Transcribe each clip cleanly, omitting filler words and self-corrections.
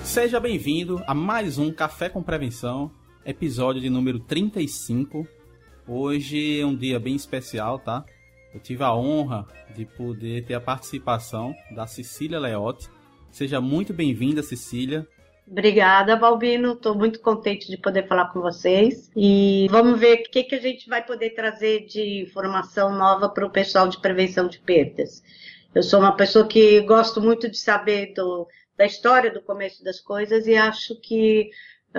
Seja bem-vindo a mais um Café com Prevenção, episódio de número 35. Hoje é um dia bem especial, tá? Eu tive a honra de poder ter a participação da Cecília Leotti. Seja muito bem-vinda, Cecília. Obrigada, Balbino. Estou muito contente de poder falar com vocês. E vamos ver o que a gente vai poder trazer de informação nova para o pessoal de prevenção de perdas. Eu sou uma pessoa que gosto muito de saber da história do começo das coisas e acho que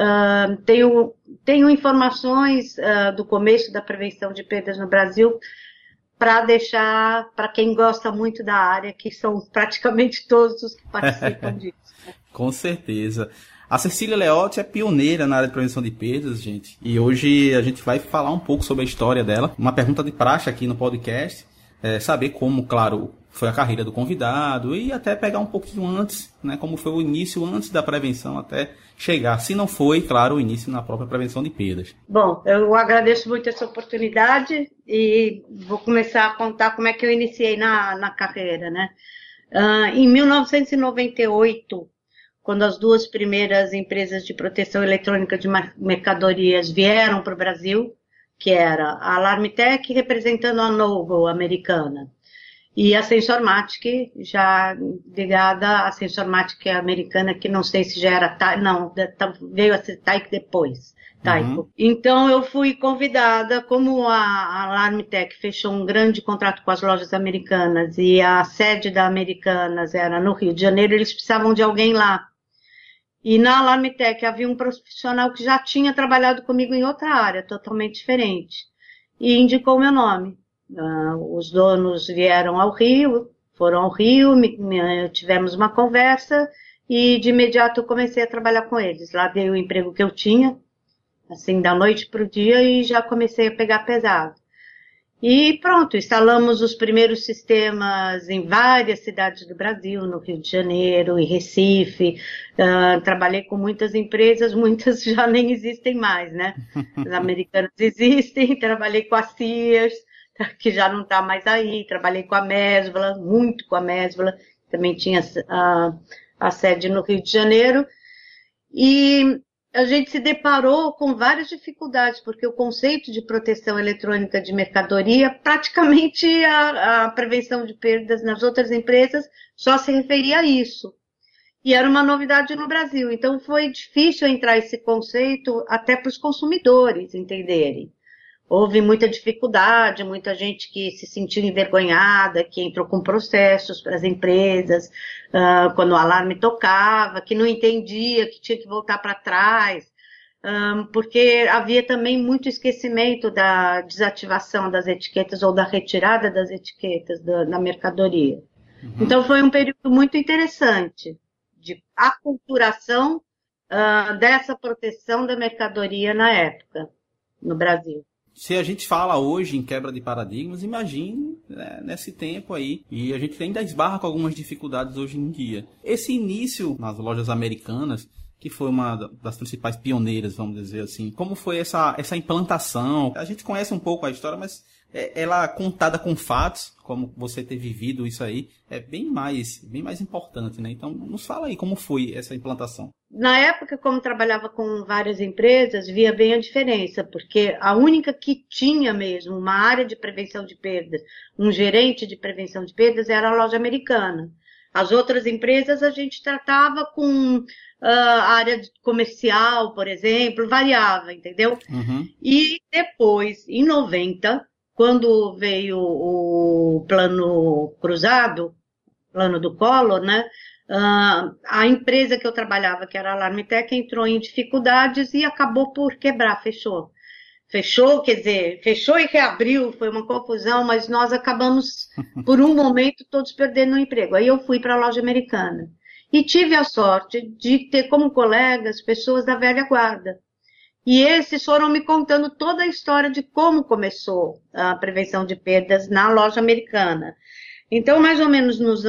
tenho informações do começo da prevenção de perdas no Brasil para deixar para quem gosta muito da área, que são praticamente todos os que participam disso. Com certeza. A Cecília Leotti é pioneira na área de prevenção de perdas, gente. E hoje a gente vai falar um pouco sobre a história dela. Uma pergunta de praxe aqui no podcast. Saber como, claro, foi a carreira do convidado e até pegar um pouquinho antes, né? Como foi o início antes da prevenção até chegar. Se não foi, claro, o início na própria prevenção de perdas. Bom, eu agradeço muito essa oportunidade e vou começar a contar como é que eu iniciei na carreira, né? Em 1998, quando as duas primeiras empresas de proteção eletrônica de mercadorias vieram para o Brasil, que era a Alarmitec representando a Noble americana e a Sensormatic, já ligada à Sensormatic americana, que não sei se já era veio a ser Tyco depois. Tyco. Então eu fui convidada, como a Alarmitec fechou um grande contrato com as lojas americanas e a sede da Americanas era no Rio de Janeiro, eles precisavam de alguém lá. E na Alarmitec havia um profissional que já tinha trabalhado comigo em outra área, totalmente diferente, e indicou meu nome. Os donos vieram ao Rio, foram ao Rio, tivemos uma conversa e de imediato eu comecei a trabalhar com eles. Lá dei o emprego que eu tinha, assim, da noite para o dia, e já comecei a pegar pesado. E pronto, instalamos os primeiros sistemas em várias cidades do Brasil, no Rio de Janeiro, em Recife. Trabalhei com muitas empresas, muitas já nem existem mais, né? As americanas existem, trabalhei com a Sears, que já não está mais aí, trabalhei com a Mesbla, muito com a Mesbla, também tinha a sede no Rio de Janeiro. E a gente se deparou com várias dificuldades, porque o conceito de proteção eletrônica de mercadoria, praticamente a prevenção de perdas nas outras empresas só se referia a isso. E era uma novidade no Brasil, então foi difícil entrar esse conceito até para os consumidores entenderem. Houve muita dificuldade, muita gente que se sentiu envergonhada, que entrou com processos para as empresas, quando o alarme tocava, que não entendia, que tinha que voltar para trás, porque havia também muito esquecimento da desativação das etiquetas ou da retirada das etiquetas da mercadoria. Então foi um período muito interessante de aculturação dessa proteção da mercadoria na época, no Brasil. Se a gente fala hoje em quebra de paradigmas, imagine, né, nesse tempo aí. E a gente ainda esbarra com algumas dificuldades hoje em dia. Esse início nas lojas americanas, que foi uma das principais pioneiras, vamos dizer assim. Como foi essa implantação? A gente conhece um pouco a história, mas ela contada com fatos, como você ter vivido isso aí, é bem mais importante, né? Então, nos fala aí como foi essa implantação. Na época, como trabalhava com várias empresas, via bem a diferença, porque a única que tinha mesmo uma área de prevenção de perdas, um gerente de prevenção de perdas, era a loja americana. As outras empresas a gente tratava com a área comercial, por exemplo, variava, entendeu? E depois, em 90, quando veio o plano cruzado, plano do Collor, né? A empresa que eu trabalhava, que era a Alarmitec, entrou em dificuldades e acabou por quebrar, fechou. Fechou, quer dizer, fechou e reabriu, foi uma confusão, mas nós acabamos, por um momento, todos perdendo o emprego. Aí eu fui para a loja americana e tive a sorte de ter como colegas pessoas da velha guarda. E esses foram me contando toda a história de como começou a prevenção de perdas na loja americana. Então, mais ou menos no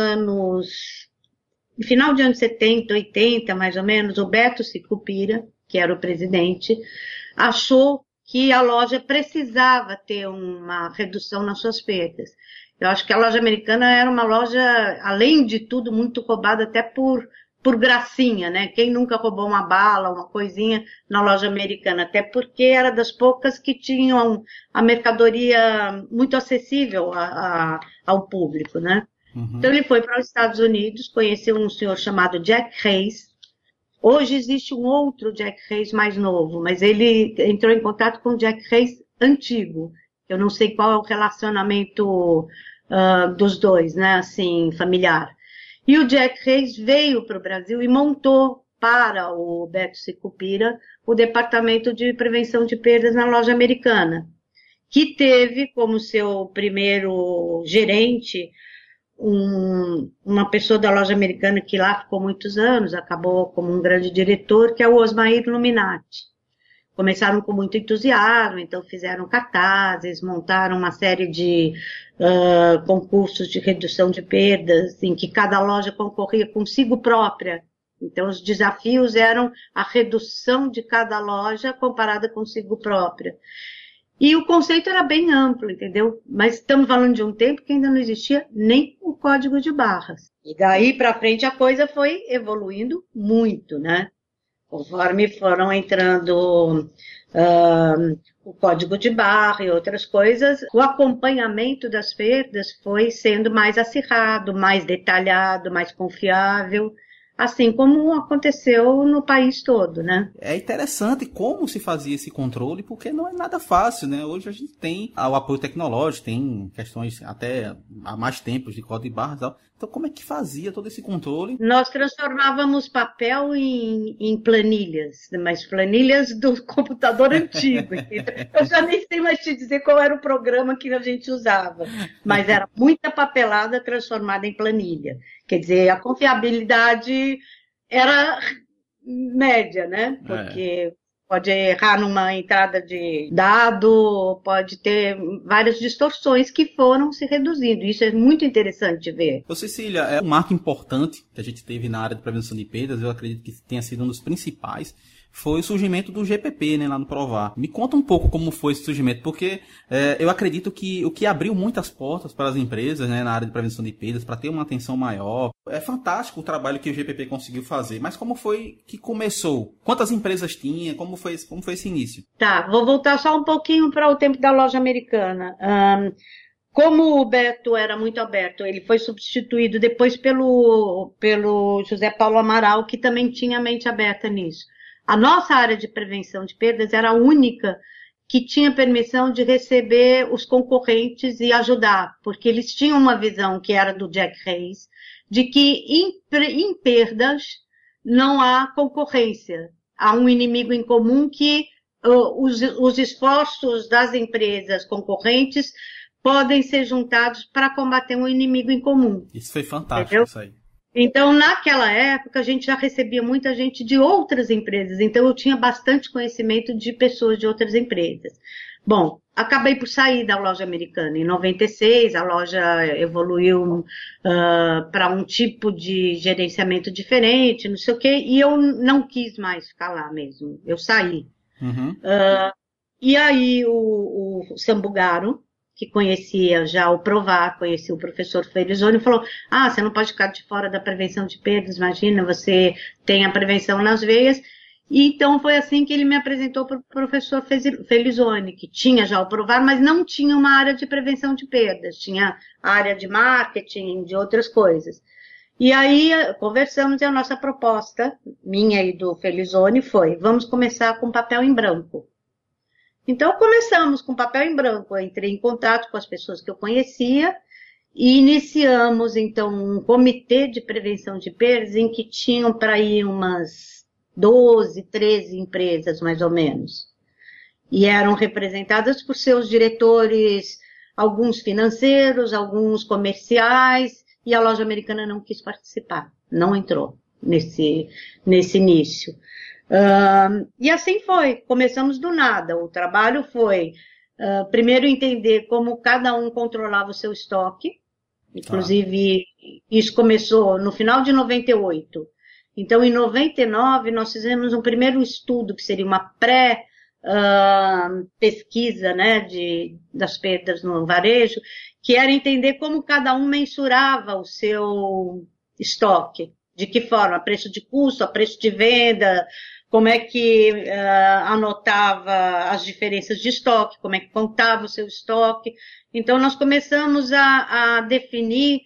final de anos 70, 80, mais ou menos, o Beto Sicupira, que era o presidente, achou que a loja precisava ter uma redução nas suas perdas. Eu acho que a loja americana era uma loja, além de tudo, muito roubada até por por gracinha, né? Quem nunca roubou uma bala, uma coisinha na loja Americana? Até porque era das poucas que tinham a mercadoria muito acessível ao público, né? Então ele foi para os Estados Unidos, conheceu um senhor chamado Jack Hayes. Hoje existe um outro Jack Hayes mais novo, mas ele entrou em contato com o Jack Hayes antigo. Eu não sei qual é o relacionamento dos dois, né? Assim, familiar. E o Jack Hayes veio para o Brasil e montou para o Beto Sicupira o Departamento de Prevenção de Perdas na loja Americana, que teve como seu primeiro gerente uma pessoa da loja Americana que lá ficou muitos anos, acabou como um grande diretor, que é o Osmair Luminati. Começaram com muito entusiasmo, então fizeram cartazes, montaram uma série de concursos de redução de perdas, em que cada loja concorria consigo própria. Então, os desafios eram a redução de cada loja comparada consigo própria. E o conceito era bem amplo, entendeu? Mas estamos falando de um tempo que ainda não existia nem o código de barras. E daí para frente a coisa foi evoluindo muito, né? Conforme foram entrando o código de barra e outras coisas, o acompanhamento das perdas foi sendo mais acirrado, mais detalhado, mais confiável, assim como aconteceu no país todo, né? É interessante como se fazia esse controle, porque não é nada fácil, né? Hoje a gente tem o apoio tecnológico, tem questões até há mais tempos de código de barras e tal. Então, como é que fazia todo esse controle? Nós transformávamos papel em planilhas, mas planilhas do computador antigo. Eu já nem sei mais te dizer qual era o programa que a gente usava, mas era muita papelada transformada em planilha. Quer dizer, a confiabilidade era média, né? Porque pode errar numa entrada de dado, pode ter várias distorções que foram se reduzindo. Isso é muito interessante de ver. Ô Cecília, é um marco importante que a gente teve na área de prevenção de perdas, eu acredito que tenha sido um dos principais, foi o surgimento do GPP, né, lá no Provar. Me conta um pouco como foi esse surgimento, porque eu acredito que o que abriu muitas portas para as empresas, né, na área de prevenção de perdas, para ter uma atenção maior. É fantástico o trabalho que o GPP conseguiu fazer, mas como foi que começou? Quantas empresas tinha? Como foi esse início? Tá, vou voltar só um pouquinho para o tempo da loja Americana. Como o Beto era muito aberto, ele foi substituído depois pelo José Paulo Amaral, que também tinha a mente aberta nisso. A nossa área de prevenção de perdas era a única que tinha permissão de receber os concorrentes e ajudar, porque eles tinham uma visão que era do Jack Hayes, de que em perdas não há concorrência. Há um inimigo em comum que os esforços das empresas concorrentes podem ser juntados para combater um inimigo em comum. Isso foi fantástico, entendeu? Isso aí. Então, naquela época, a gente já recebia muita gente de outras empresas, então eu tinha bastante conhecimento de pessoas de outras empresas. Bom, acabei por sair da loja Americana. Em 96, a loja evoluiu para um tipo de gerenciamento diferente, não sei o quê, e eu não quis mais ficar lá mesmo, eu saí. E aí o Sambugaro, que conhecia já o Provar, conhecia o professor Felizoni, falou, você não pode ficar de fora da prevenção de perdas, imagina, você tem a prevenção nas veias. E então foi assim que ele me apresentou para o professor Felizoni, que tinha já o Provar, mas não tinha uma área de prevenção de perdas, tinha área de marketing, de outras coisas. E aí conversamos e a nossa proposta, minha e do Felizoni, foi, vamos começar com papel em branco. Então, começamos com papel em branco, eu entrei em contato com as pessoas que eu conhecia e iniciamos, então, um comitê de prevenção de perdas em que tinham para ir umas 12, 13 empresas, mais ou menos. E eram representadas por seus diretores, alguns financeiros, alguns comerciais, e a loja Americana não quis participar, não entrou nesse início. E assim foi, começamos do nada. O trabalho foi, primeiro, entender como cada um controlava o seu estoque. Inclusive, isso começou no final de 98. Então, em 99, nós fizemos um primeiro estudo, que seria uma pré-pesquisa, né, das perdas no varejo, que era entender como cada um mensurava o seu estoque. De que forma? A preço de custo, a preço de venda, como é que anotava as diferenças de estoque, como é que contava o seu estoque. Então, nós começamos a definir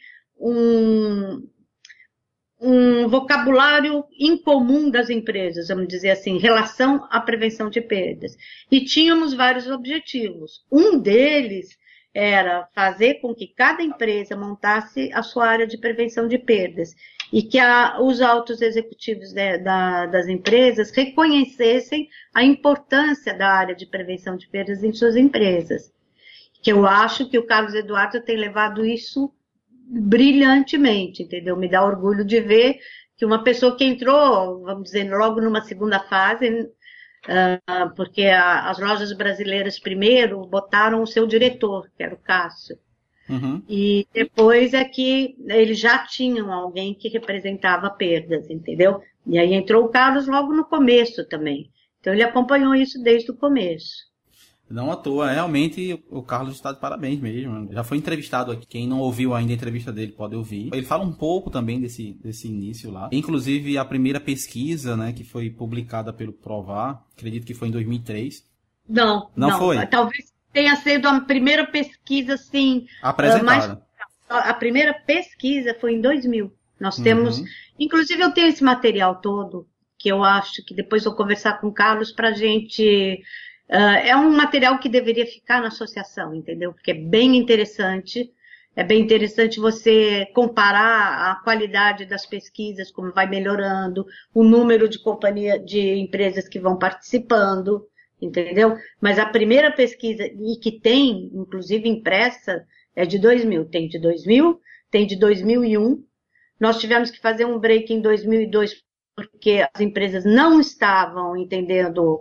um vocabulário incomum das empresas, vamos dizer assim, em relação à prevenção de perdas. E tínhamos vários objetivos. Um deles era fazer com que cada empresa montasse a sua área de prevenção de perdas e que os altos executivos das empresas reconhecessem a importância da área de prevenção de perdas em suas empresas. Que eu acho que o Carlos Eduardo tem levado isso brilhantemente, entendeu? Me dá orgulho de ver que uma pessoa que entrou, vamos dizer, logo numa segunda fase, porque as lojas brasileiras primeiro botaram o seu diretor, que era o Cássio. Uhum. E depois é que eles já tinham alguém que representava perdas, entendeu? E aí entrou o Carlos logo no começo também. Então ele acompanhou isso desde o começo. Não à toa, realmente o Carlos está de parabéns mesmo. Já foi entrevistado aqui, quem não ouviu ainda a entrevista dele pode ouvir. Ele fala um pouco também desse início lá. Inclusive a primeira pesquisa, né, que foi publicada pelo Provar, acredito que foi em 2003. Não foi. Talvez tenha sido a primeira pesquisa, assim... apresentada. A primeira pesquisa foi em 2000. Nós temos... Inclusive eu tenho esse material todo, que eu acho que depois vou conversar com o Carlos pra gente... é um material que deveria ficar na associação, entendeu? Porque é bem interessante você comparar a qualidade das pesquisas, como vai melhorando, o número de empresas que vão participando, entendeu? Mas a primeira pesquisa, e que tem, inclusive impressa, é de 2000. Tem de 2000, tem de 2001. Nós tivemos que fazer um break em 2002, porque as empresas não estavam entendendo...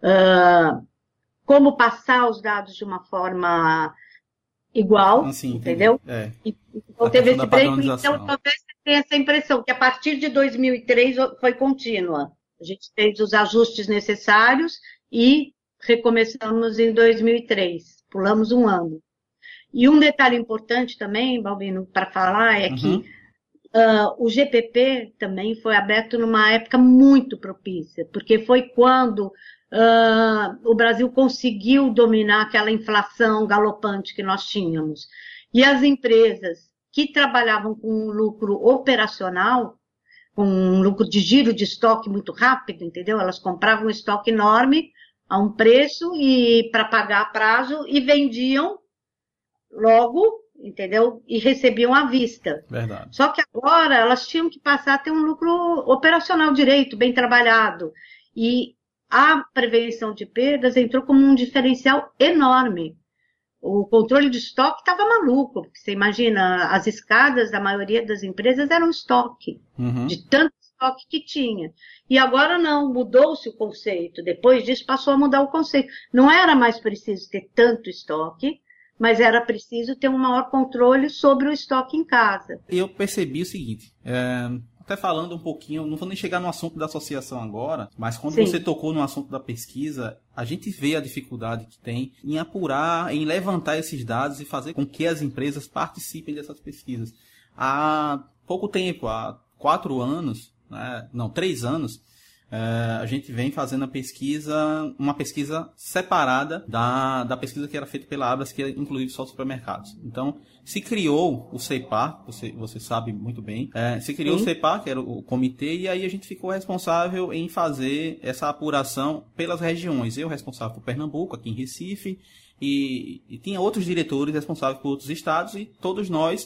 como passar os dados de uma forma igual, assim, entendeu? Então teve esse break, então talvez você tenha essa impressão, que a partir de 2003 foi contínua. A gente fez os ajustes necessários e recomeçamos em 2003, pulamos um ano. E um detalhe importante também, Balbino, para falar, é que o GPP também foi aberto numa época muito propícia, porque foi quando... o Brasil conseguiu dominar aquela inflação galopante que nós tínhamos. E as empresas que trabalhavam com lucro operacional, com um lucro de giro de estoque muito rápido, entendeu? Elas compravam um estoque enorme a um preço e para pagar a prazo e vendiam logo, entendeu? E recebiam à vista. Verdade. Só que agora elas tinham que passar a ter um lucro operacional direito, bem trabalhado. E a prevenção de perdas entrou como um diferencial enorme. O controle de estoque estava maluco, porque você imagina, as escadas da maioria das empresas eram estoque, de tanto estoque que tinha. E agora não, mudou-se o conceito. Depois disso passou a mudar o conceito. Não era mais preciso ter tanto estoque, mas era preciso ter um maior controle sobre o estoque em casa. Eu percebi o seguinte... até falando um pouquinho, não vou nem chegar no assunto da associação agora, mas quando você tocou no assunto da pesquisa, a gente vê a dificuldade que tem em apurar, em levantar esses dados e fazer com que as empresas participem dessas pesquisas. Há pouco tempo, há 4 anos, né, não, 3 anos, a gente vem fazendo uma pesquisa separada da pesquisa que era feita pela Abras, que é inclusive só supermercados. Então, se criou o CEPAR, você sabe muito bem, se criou o CEPAR, que era o comitê, e aí a gente ficou responsável em fazer essa apuração pelas regiões. Eu responsável por Pernambuco, aqui em Recife, e tinha outros diretores responsáveis por outros estados, e todos nós,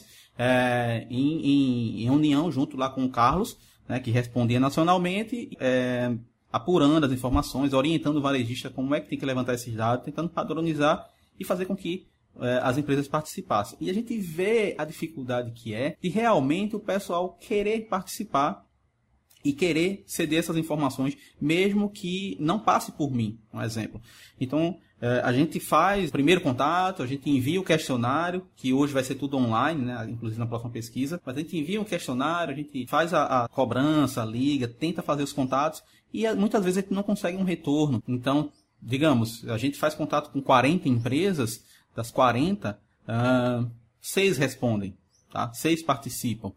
em união, junto lá com o Carlos, né, que respondia nacionalmente, apurando as informações, orientando o varejista como é que tem que levantar esses dados, tentando padronizar e fazer com que as empresas participassem. E a gente vê a dificuldade que é de realmente o pessoal querer participar e querer ceder essas informações, mesmo que não passe por mim, um exemplo. Então, a gente faz o primeiro contato, a gente envia o questionário, que hoje vai ser tudo online, né, inclusive na próxima pesquisa, mas a gente envia um questionário, a gente faz a cobrança, liga, tenta fazer os contatos, e muitas vezes a gente não consegue um retorno. Então, digamos, a gente faz contato com 40 empresas, das 40, 6 respondem, tá? 6 participam.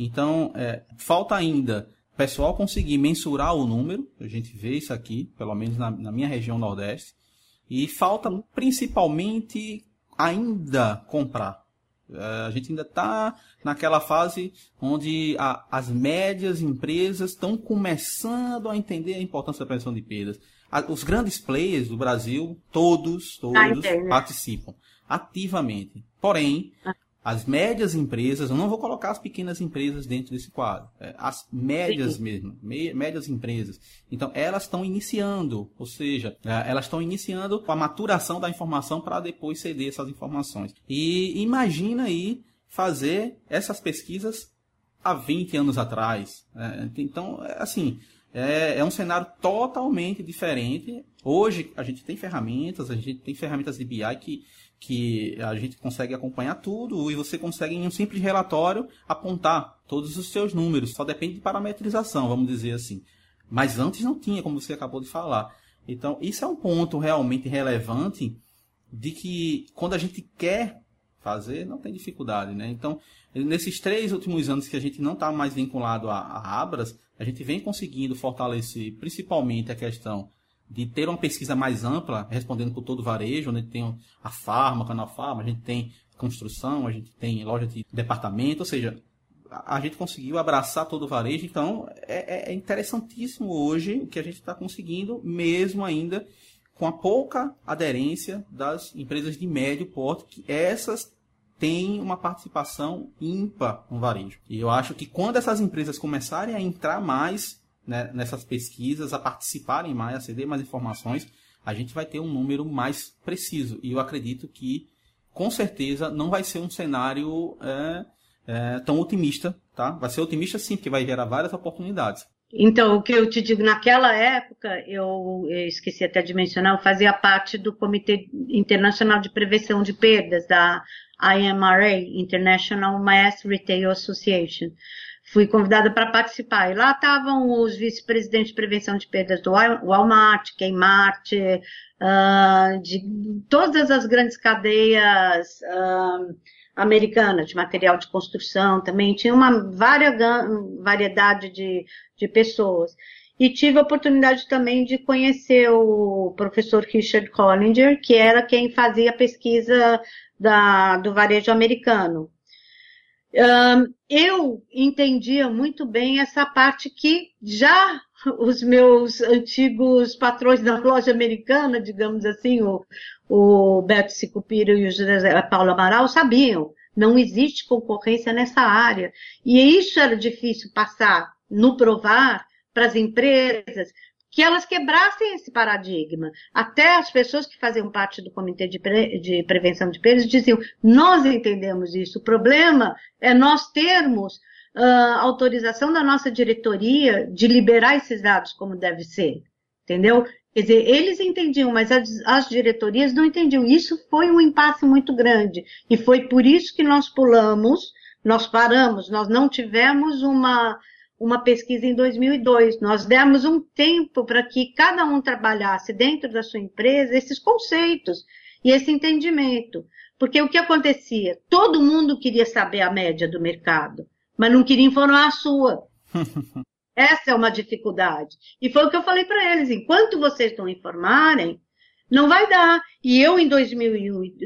Então, falta ainda o pessoal conseguir mensurar o número, a gente vê isso aqui, pelo menos na minha região Nordeste, e falta principalmente ainda comprar. A gente ainda está naquela fase onde as médias empresas estão começando a entender a importância da prevenção de perdas. Os grandes players do Brasil, todos participam ativamente. Porém, as médias empresas, eu não vou colocar as pequenas empresas dentro desse quadro, as médias mesmo, médias empresas. Então, elas estão iniciando, ou seja, elas estão iniciando a maturação da informação para depois ceder essas informações. E imagina aí fazer essas pesquisas há 20 anos atrás. Então, assim, é um cenário totalmente diferente. Hoje, a gente tem ferramentas de BI que a gente consegue acompanhar tudo e você consegue, em um simples relatório, apontar todos os seus números. Só depende de parametrização, vamos dizer assim. Mas antes não tinha, como você acabou de falar. Então, isso é um ponto realmente relevante de que, quando a gente quer fazer, não tem dificuldade, né? Então, nesses 3 últimos anos que a gente não está mais vinculado a Abras, a gente vem conseguindo fortalecer, principalmente, a questão de ter uma pesquisa mais ampla, respondendo por todo o varejo, onde tem a farma, canal farma, a gente tem construção, a gente tem loja de departamento, ou seja, a gente conseguiu abraçar todo o varejo. Então, é interessantíssimo hoje o que a gente está conseguindo, mesmo ainda com a pouca aderência das empresas de médio porte, que essas têm uma participação ímpar no varejo. E eu acho que quando essas empresas começarem a entrar mais, né, nessas pesquisas, a participarem mais, a ceder mais informações, a gente vai ter um número mais preciso. E eu acredito que, com certeza, não vai ser um cenário tão otimista, tá? Vai ser otimista sim, porque vai gerar várias oportunidades. Então, o que eu te digo, naquela época, eu esqueci até de mencionar, eu fazia parte do Comitê Internacional de Prevenção de Perdas, da IMRA, International Mass Retail Association. Fui convidada para participar. E lá estavam os vice-presidentes de prevenção de perdas do Walmart, Kmart, de todas as grandes cadeias americanas de material de construção também. Tinha uma variedade de pessoas. E tive a oportunidade também de conhecer o professor Richard Collinger, que era quem fazia a pesquisa do varejo americano. Eu entendia muito bem essa parte que já os meus antigos patrões da loja americana, digamos assim, o Beto Sicupira e o José Paulo Amaral, sabiam. Não existe concorrência nessa área. E isso era difícil passar no Provar para as empresas, que elas quebrassem esse paradigma. Até as pessoas que faziam parte do Comitê de Prevenção de Perdas diziam, nós entendemos isso, o problema é nós termos autorização da nossa diretoria de liberar esses dados como deve ser, entendeu? Quer dizer, eles entendiam, mas as diretorias não entendiam. Isso foi um impasse muito grande, e foi por isso que nós paramos, nós não tivemos uma pesquisa em 2002. Nós demos um tempo para que cada um trabalhasse dentro da sua empresa esses conceitos e esse entendimento. Porque o que acontecia? Todo mundo queria saber a média do mercado, mas não queria informar a sua. Essa é uma dificuldade. E foi o que eu falei para eles. Enquanto vocês não informarem, não vai dar. E eu, em 2000 e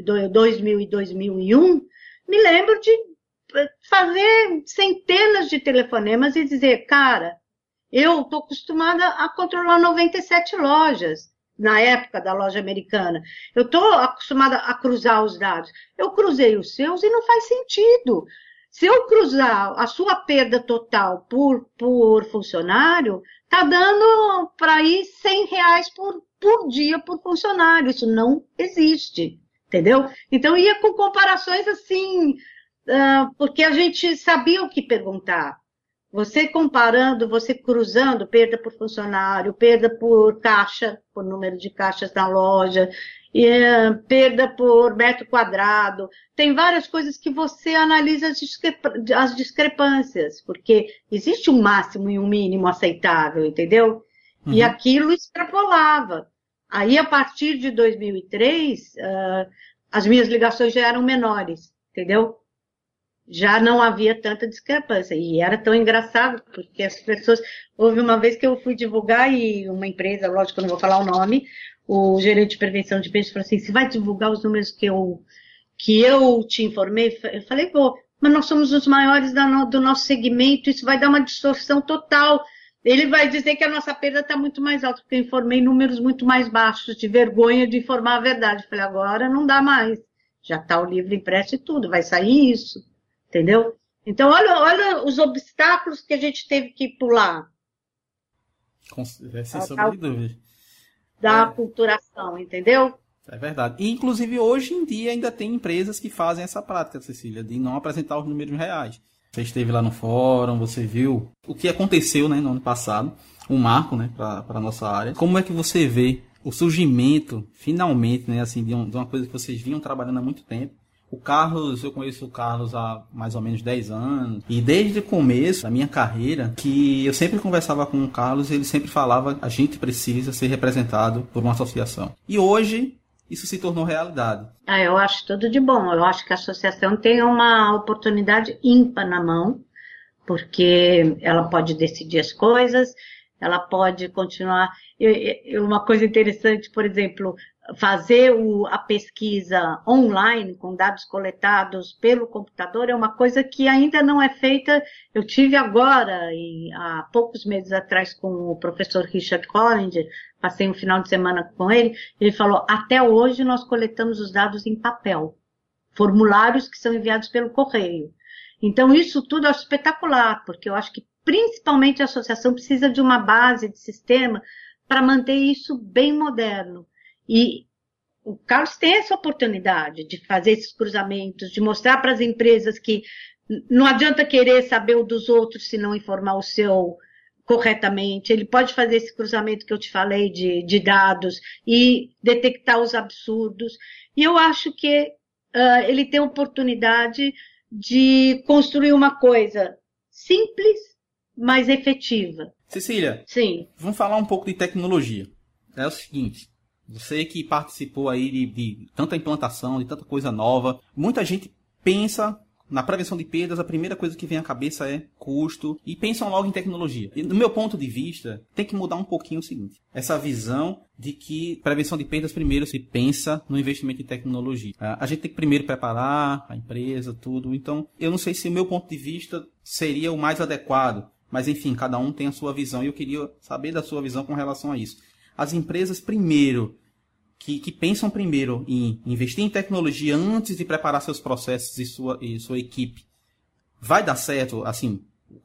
2001, me lembro de fazer centenas de telefonemas e dizer, cara, eu estou acostumada a controlar 97 lojas, na época da loja americana. Eu estou acostumada a cruzar os dados. Eu cruzei os seus e não faz sentido. Se eu cruzar a sua perda total por funcionário, está dando para ir R$100 por dia por funcionário. Isso não existe, entendeu? Então, ia com comparações assim, porque a gente sabia o que perguntar. Você comparando, você cruzando perda por funcionário, perda por caixa, por número de caixas na loja, perda por metro quadrado. Tem várias coisas que você analisa as discrepâncias, porque existe um máximo e um mínimo aceitável, entendeu? Uhum. E aquilo extrapolava. Aí, a partir de 2003, as minhas ligações já eram menores, entendeu? já não havia tanta discrepância. E era tão engraçado, porque as pessoas... Houve uma vez que eu fui divulgar e uma empresa, lógico que eu não vou falar o nome, o gerente de prevenção de peixe falou assim, você vai divulgar os números que eu te informei? Eu falei, vou, mas nós somos os maiores do nosso segmento, isso vai dar uma distorção total. Ele vai dizer que a nossa perda está muito mais alta, porque eu informei números muito mais baixos, de vergonha de informar a verdade. Eu falei, agora não dá mais. Já está o livro impresso e tudo, vai sair isso. Entendeu? Então, olha os obstáculos que a gente teve que pular. Sem sombra de dúvida. Da aculturação, entendeu? É verdade. E, inclusive, hoje em dia ainda tem empresas que fazem essa prática, Cecília, de não apresentar os números reais. Você esteve lá no fórum, você viu o que aconteceu, né, no ano passado, um marco, né, para a nossa área. Como é que você vê o surgimento, finalmente, né, assim, de uma coisa que vocês vinham trabalhando há muito tempo? O Carlos, eu conheço o Carlos há mais ou menos 10 anos. E desde o começo da minha carreira, que eu sempre conversava com o Carlos, ele sempre falava, a gente precisa ser representado por uma associação. E hoje, isso se tornou realidade. Eu acho tudo de bom. Eu acho que a associação tem uma oportunidade ímpar na mão, porque ela pode decidir as coisas, ela pode continuar... Uma coisa interessante, por exemplo... Fazer a pesquisa online, com dados coletados pelo computador, é uma coisa que ainda não é feita. Eu tive agora, há poucos meses atrás, com o professor Richard Collinger, passei um final de semana com ele falou, até hoje nós coletamos os dados em papel, formulários que são enviados pelo correio. Então, isso tudo é espetacular, porque eu acho que, principalmente, a associação precisa de uma base de sistema para manter isso bem moderno. E o Carlos tem essa oportunidade de fazer esses cruzamentos, de mostrar para as empresas que não adianta querer saber o dos outros se não informar o seu corretamente. Ele pode fazer esse cruzamento que eu te falei de dados e detectar os absurdos. E eu acho que ele tem a oportunidade de construir uma coisa simples, mas efetiva. Cecília, sim. Vamos falar um pouco de tecnologia. É o seguinte... Você que participou aí de tanta implantação, de tanta coisa nova, muita gente pensa na prevenção de perdas, a primeira coisa que vem à cabeça é custo e pensam logo em tecnologia. E, do meu ponto de vista, tem que mudar um pouquinho o seguinte, essa visão de que prevenção de perdas primeiro se pensa no investimento em tecnologia. A gente tem que primeiro preparar a empresa, tudo. Então, eu não sei se o meu ponto de vista seria o mais adequado, mas enfim, cada um tem a sua visão e eu queria saber da sua visão com relação a isso. As empresas primeiro, que pensam primeiro em investir em tecnologia antes de preparar seus processos e sua equipe, vai dar certo? Assim,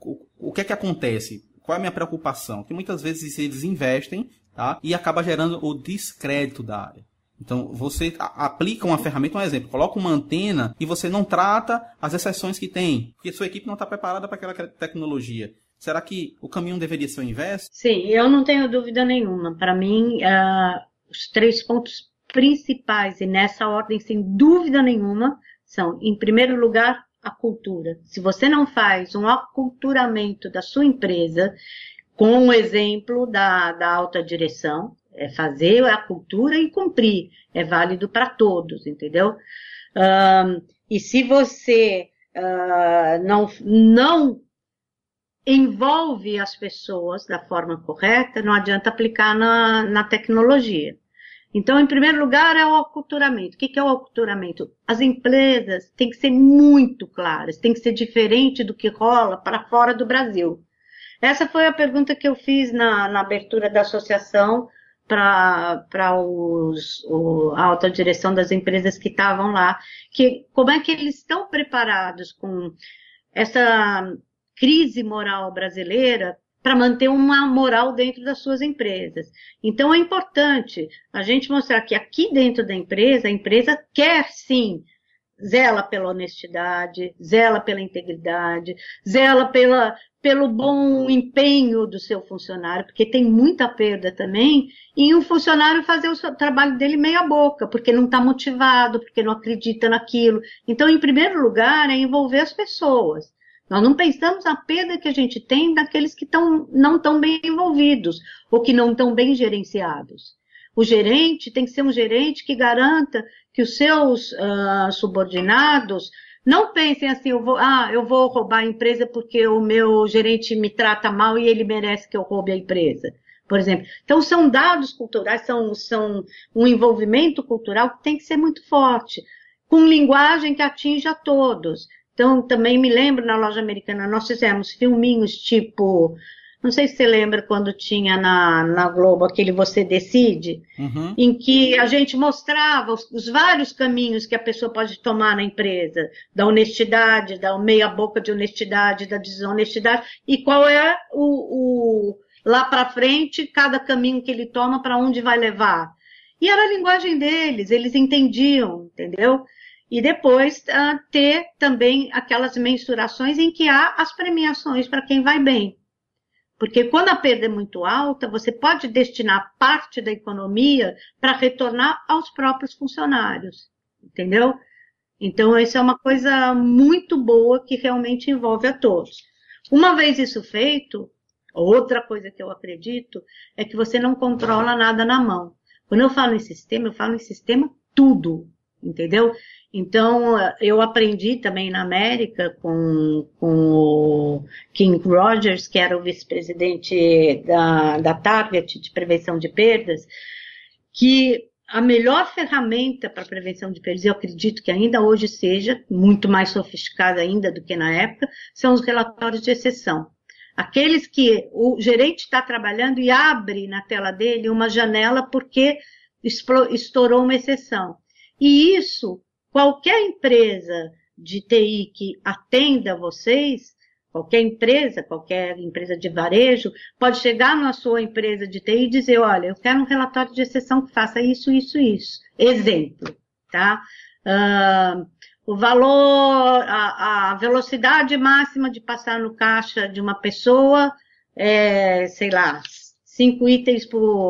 o que é que acontece? Qual é a minha preocupação? Que muitas vezes eles investem, tá? E acaba gerando o descrédito da área. Então, você aplica uma ferramenta, um exemplo, coloca uma antena e você não trata as exceções que tem, porque sua equipe não está preparada para aquela tecnologia. Será que o caminho deveria ser o inverso? Sim, eu não tenho dúvida nenhuma. Para mim, os 3 pontos principais, e nessa ordem, sem dúvida nenhuma, são, em primeiro lugar, a cultura. Se você não faz um aculturamento da sua empresa, com o exemplo da alta direção, é fazer a cultura e cumprir. É válido para todos, entendeu? E se você não envolve as pessoas da forma correta, não adianta aplicar na tecnologia. Então, em primeiro lugar, é o aculturamento. O que é o aculturamento? As empresas têm que ser muito claras, tem que ser diferente do que rola para fora do Brasil. Essa foi a pergunta que eu fiz na abertura da associação para a alta direção das empresas que estavam lá, que como é que eles estão preparados com essa crise moral brasileira para manter uma moral dentro das suas empresas. Então, é importante a gente mostrar que aqui dentro da empresa, a empresa quer sim, zela pela honestidade, zela pela integridade, zela pelo bom empenho do seu funcionário, porque tem muita perda também, e um funcionário fazer o trabalho dele meia boca, porque não está motivado, porque não acredita naquilo. Então, em primeiro lugar, é envolver as pessoas. Nós não pensamos na perda que a gente tem daqueles que não estão bem envolvidos ou que não estão bem gerenciados. O gerente tem que ser um gerente que garanta que os seus subordinados Não pensem assim, eu vou roubar a empresa porque o meu gerente me trata mal e ele merece que eu roube a empresa, por exemplo. Então, são dados culturais, são um envolvimento cultural que tem que ser muito forte, com linguagem que atinja todos. Então, também me lembro na loja americana, nós fizemos filminhos tipo, não sei se você lembra quando tinha na Globo aquele Você Decide, em que a gente mostrava os vários caminhos que a pessoa pode tomar na empresa, da honestidade, da meia boca de honestidade, da desonestidade, e qual é lá para frente, cada caminho que ele toma, para onde vai levar. E era a linguagem deles, eles entendiam, entendeu? E depois ter também aquelas mensurações em que há as premiações para quem vai bem. Porque quando a perda é muito alta, você pode destinar parte da economia para retornar aos próprios funcionários, entendeu? Então, isso é uma coisa muito boa que realmente envolve a todos. Uma vez isso feito, outra coisa que eu acredito é que você não controla nada na mão. Quando eu falo em sistema tudo, entendeu? Então, eu aprendi também na América com o King Rogers, que era o vice-presidente da Target, de prevenção de perdas, que a melhor ferramenta para prevenção de perdas, eu acredito que ainda hoje seja, muito mais sofisticada ainda do que na época, são os relatórios de exceção. Aqueles que o gerente está trabalhando e abre na tela dele uma janela porque estourou uma exceção. E isso, qualquer empresa de TI que atenda vocês, qualquer empresa de varejo, pode chegar na sua empresa de TI e dizer, olha, eu quero um relatório de exceção que faça isso, isso, isso. Exemplo, tá? O valor, a velocidade máxima de passar no caixa de uma pessoa é, sei lá, 5 itens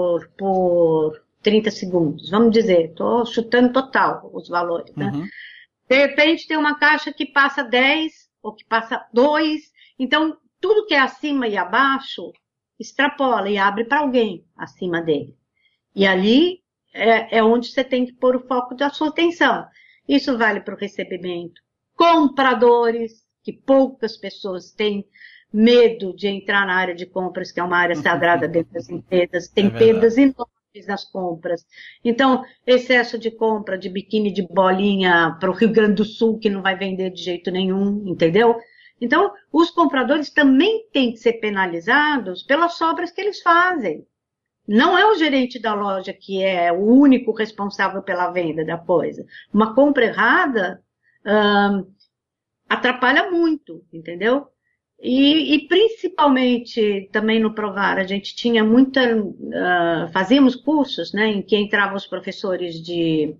por 30 segundos. Vamos dizer, estou chutando total os valores, né? De repente tem uma caixa que passa 10 ou que passa 2. Então, tudo que é acima e abaixo, extrapola e abre para alguém acima dele. E ali é onde você tem que pôr o foco da sua atenção. Isso vale para o recebimento. Compradores, que poucas pessoas têm medo de entrar na área de compras, que é uma área sagrada dentro das empresas, tem perdas enormes nas compras. Então, excesso de compra de biquíni de bolinha para o Rio Grande do Sul, que não vai vender de jeito nenhum, entendeu? Então, os compradores também têm que ser penalizados pelas sobras que eles fazem. Não é o gerente da loja que é o único responsável pela venda da coisa. Uma compra errada atrapalha muito, entendeu? E principalmente também no Provar, a gente tinha fazíamos cursos, né, em que entravam os professores de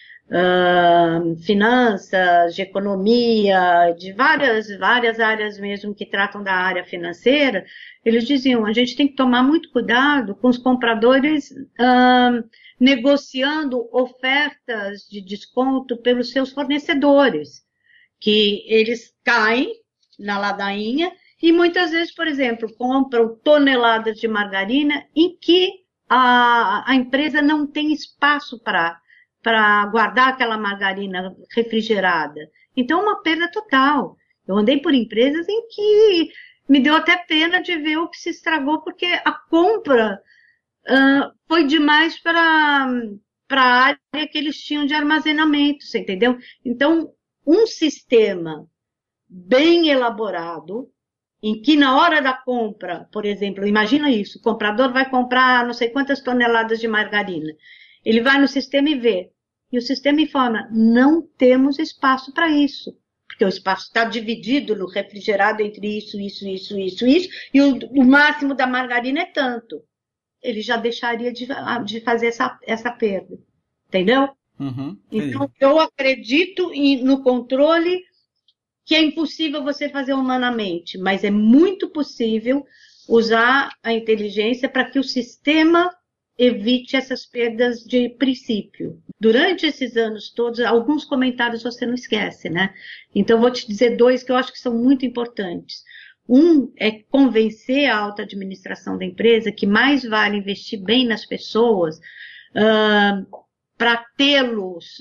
finanças, de economia, de várias áreas mesmo que tratam da área financeira. Eles diziam, a gente tem que tomar muito cuidado com os compradores negociando ofertas de desconto pelos seus fornecedores, que eles caem na ladainha e muitas vezes, por exemplo, compram toneladas de margarina em que a empresa não tem espaço para guardar aquela margarina refrigerada. Então, é uma perda total. Eu andei por empresas em que me deu até pena de ver o que se estragou, porque a compra foi demais para a área que eles tinham de armazenamento, você entendeu? Então, um sistema bem elaborado, em que na hora da compra, por exemplo, imagina isso, o comprador vai comprar não sei quantas toneladas de margarina. Ele vai no sistema e vê. E o sistema informa, não temos espaço para isso. Porque o espaço está dividido no refrigerado entre isso, e o máximo da margarina é tanto. Ele já deixaria de fazer essa perda. Entendeu? Então, eu acredito no controle que é impossível você fazer humanamente, mas é muito possível usar a inteligência para que o sistema evite essas perdas de princípio. Durante esses anos todos, alguns comentários você não esquece, né? Então, vou te dizer 2 que eu acho que são muito importantes. Um é convencer a alta administração da empresa que mais vale investir bem nas pessoas para tê-los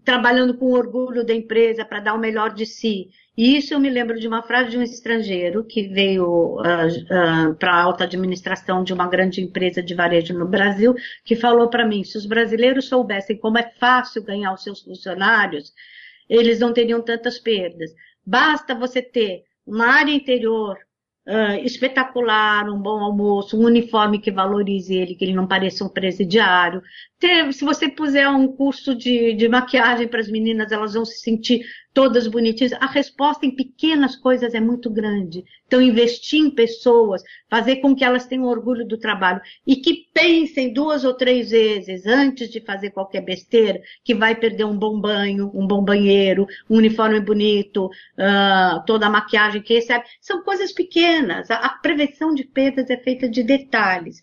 trabalhando com orgulho da empresa para dar o melhor de si. E isso eu me lembro de uma frase de um estrangeiro que veio para a alta administração de uma grande empresa de varejo no Brasil, que falou para mim, se os brasileiros soubessem como é fácil ganhar os seus funcionários, eles não teriam tantas perdas. Basta você ter uma área interior espetacular, um bom almoço, um uniforme que valorize ele, que ele não pareça um presidiário. Se você puser um curso de maquiagem para as meninas, elas vão se sentir todas bonitinhas. A resposta em pequenas coisas é muito grande. Então, investir em pessoas, fazer com que elas tenham orgulho do trabalho e que pensem 2 ou 3 vezes antes de fazer qualquer besteira, que vai perder um bom banho, um bom banheiro, um uniforme bonito, toda a maquiagem que recebe. São coisas pequenas. A prevenção de perdas é feita de detalhes.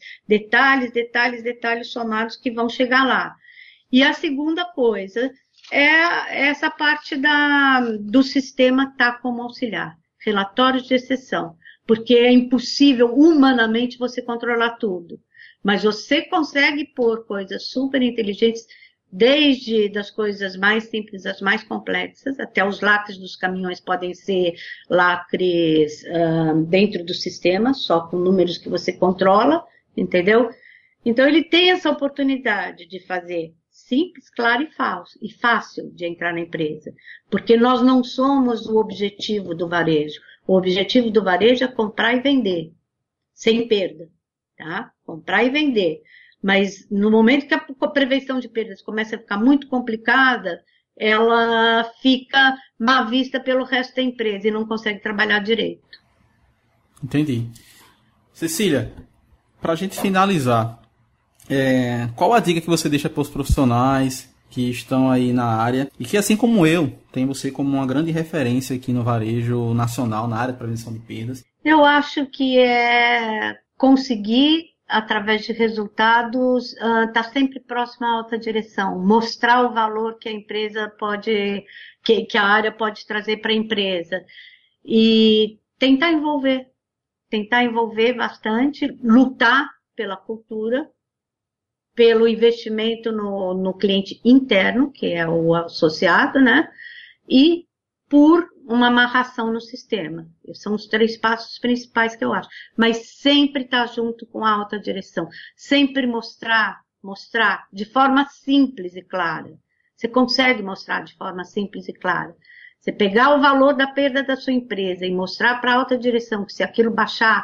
Detalhes somados que vão chegar lá. E a segunda coisa é essa parte do sistema estar como auxiliar, relatórios de exceção, porque é impossível humanamente você controlar tudo, mas você consegue pôr coisas super inteligentes, desde das coisas mais simples às mais complexas, até os lacres dos caminhões podem ser lacres dentro do sistema, só com números que você controla, entendeu? Então ele tem essa oportunidade de fazer simples, claro e fácil de entrar na empresa, porque nós não somos o objetivo do varejo. O objetivo do varejo é comprar e vender, sem perda, tá? Comprar e vender. Mas no momento que a prevenção de perdas começa a ficar muito complicada, ela fica má vista pelo resto da empresa e não consegue trabalhar direito. Entendi. Cecília, para a gente finalizar, qual a dica que você deixa para os profissionais que estão aí na área e que, assim como eu, tem você como uma grande referência aqui no varejo nacional, na área de prevenção de perdas? Eu acho que é conseguir, através de resultados, estar sempre próximo à alta direção, mostrar o valor que a empresa pode, que a área pode trazer para a empresa e tentar envolver bastante, lutar pela cultura, pelo investimento no cliente interno, que é o associado, né? E por uma amarração no sistema. São os 3 passos principais que eu acho. Mas sempre estar junto com a alta direção. Sempre mostrar de forma simples e clara. Você consegue mostrar de forma simples e clara. Você pegar o valor da perda da sua empresa e mostrar para a alta direção que se aquilo baixar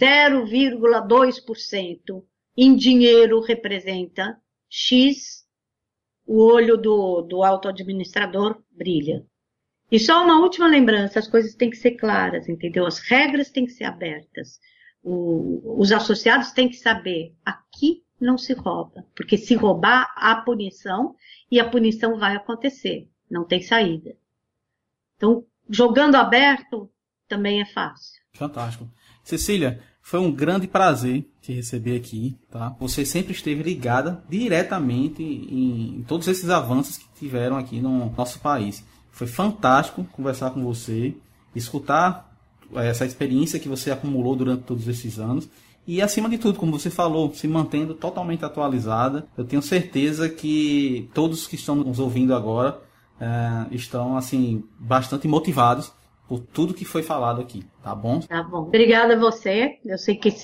0,2%, em dinheiro representa X, o olho do auto-administrador brilha. E só uma última lembrança, as coisas têm que ser claras, entendeu? As regras têm que ser abertas. Os associados têm que saber, aqui não se rouba, porque se roubar, há punição, e a punição vai acontecer, não tem saída. Então, jogando aberto, também é fácil. Fantástico. Cecília, foi um grande prazer te receber aqui, tá? Você sempre esteve ligada diretamente em todos esses avanços que tiveram aqui no nosso país. Foi fantástico conversar com você, escutar essa experiência que você acumulou durante todos esses anos e, acima de tudo, como você falou, se mantendo totalmente atualizada. Eu tenho certeza que todos que estão nos ouvindo agora estão, assim, bastante motivados por tudo que foi falado aqui, tá bom? Tá bom. Obrigada a você. Eu sei que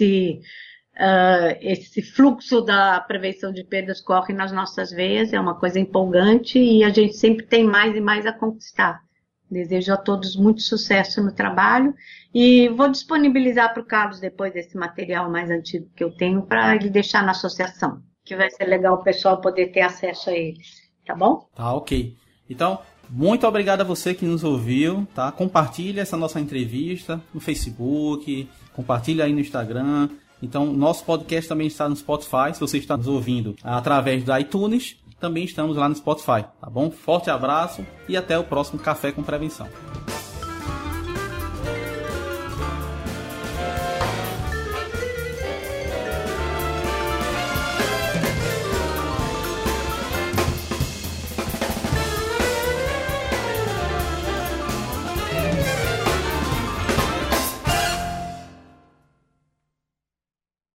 esse fluxo da prevenção de perdas corre nas nossas veias, é uma coisa empolgante e a gente sempre tem mais e mais a conquistar. Desejo a todos muito sucesso no trabalho e vou disponibilizar para o Carlos depois esse material mais antigo que eu tenho para ele deixar na associação, que vai ser legal o pessoal poder ter acesso a eles, tá bom? Tá, ok. Então, muito obrigado a você que nos ouviu, tá? Compartilha essa nossa entrevista no Facebook, compartilha aí no Instagram. Então, nosso podcast também está no Spotify. Se você está nos ouvindo através do iTunes, também estamos lá no Spotify, tá bom? Forte abraço e até o próximo Café com Prevenção.